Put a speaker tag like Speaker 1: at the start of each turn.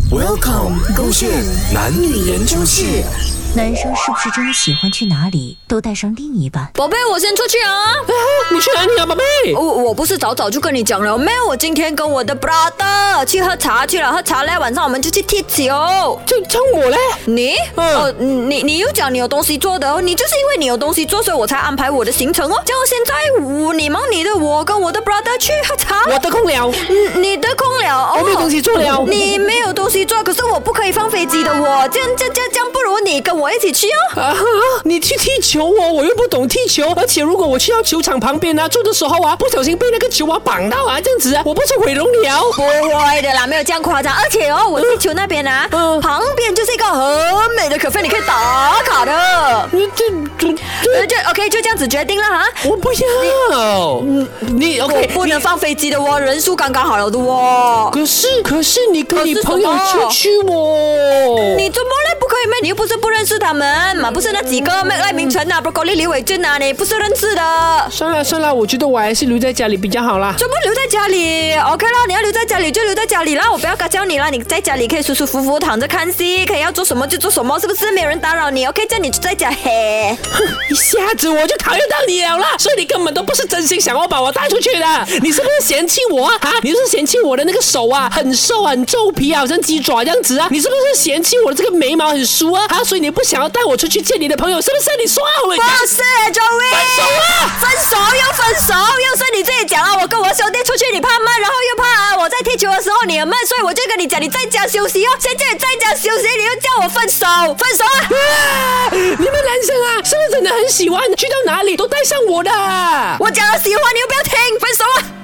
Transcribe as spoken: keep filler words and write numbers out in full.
Speaker 1: Welcome， 勾选男女研究室。
Speaker 2: 男生是不是真的喜欢去哪里都带上另一半？
Speaker 3: 宝贝，我先出去啊！
Speaker 4: 你去哪里啊，宝贝？
Speaker 3: 我我不是早早就跟你讲了没有？我今天跟我的 brother 去喝茶去了，喝茶嘞，晚上我们就去踢球。
Speaker 4: 这这我嘞？
Speaker 3: 你？
Speaker 4: 嗯、
Speaker 3: 哦，你你又讲你有东西做的哦，你就是因为你有东西做，所以我才安排我的行程哦。这样现在我你忙你的，我跟我的 brother 去喝茶。
Speaker 4: 我得空了。
Speaker 3: 嗯，你得空了。
Speaker 4: 我没有东西做了。
Speaker 3: 你没有东西做，可是我不可以放飞机的我。这样这样这样，不如你跟我一起去哦。
Speaker 4: 啊！你去踢球哦，我又不懂踢球，而且如果我去到球场旁边啊，做的时候啊，不小心被那个球啊绑到啊，这样子啊，我不是毁容了？
Speaker 3: 不会的啦，没有这样夸张。而且哦，我踢球那边啊，嗯、旁边就是一个很美的咖啡，你可以打卡的。
Speaker 4: 这这
Speaker 3: 这就 OK， 就这样子决定了哈。
Speaker 4: 我不要。你你 OK，
Speaker 3: 我不能放飞机的哦，人数刚刚好了的哦。
Speaker 4: 可是可是你跟你朋友出去哦，
Speaker 3: 你怎么嘞？不可以咩？你又不是不认识他们嘛？不是那几个麦赖明晨啊、broccoli 李伟俊啊，你不是认识的。
Speaker 4: 算了算了，我觉得我还是留在家里比较好啦。
Speaker 3: 怎么留在家里 ？OK 啦，你要留在家里就留在家里啦，我不要教你啦。你在家里可以舒舒服服躺着看戏，可以要做什么就做什么，是不是？没有人打扰你 ，OK？ 这样你就在家嘿。
Speaker 4: 一下子我就讨厌到你了啦，所以你根本都不是真心想要把我带出去的，你是不是嫌弃我啊？啊你是不是嫌弃我的那个手啊，很瘦很皱皮啊，好像鸡爪这样子啊？你是不是嫌弃我的这个眉毛很疏啊？啊，所以你不想要带我出去见你的朋友，是不是？你说啊，我
Speaker 3: 不是 Joey，
Speaker 4: 分手啊！
Speaker 3: 分手又分手，又是你自己讲啊！我跟我兄弟出去，你怕闷，然后又怕啊！我在踢球的时候你很闷，所以我就跟你讲，你在家休息哦。现在你在家休息，你又叫我分手，分手啊！
Speaker 4: 啊你们男生啊，是不是真的很喜欢去到哪里都带上我的？
Speaker 3: 我讲了喜欢，你又不要听，分手啊！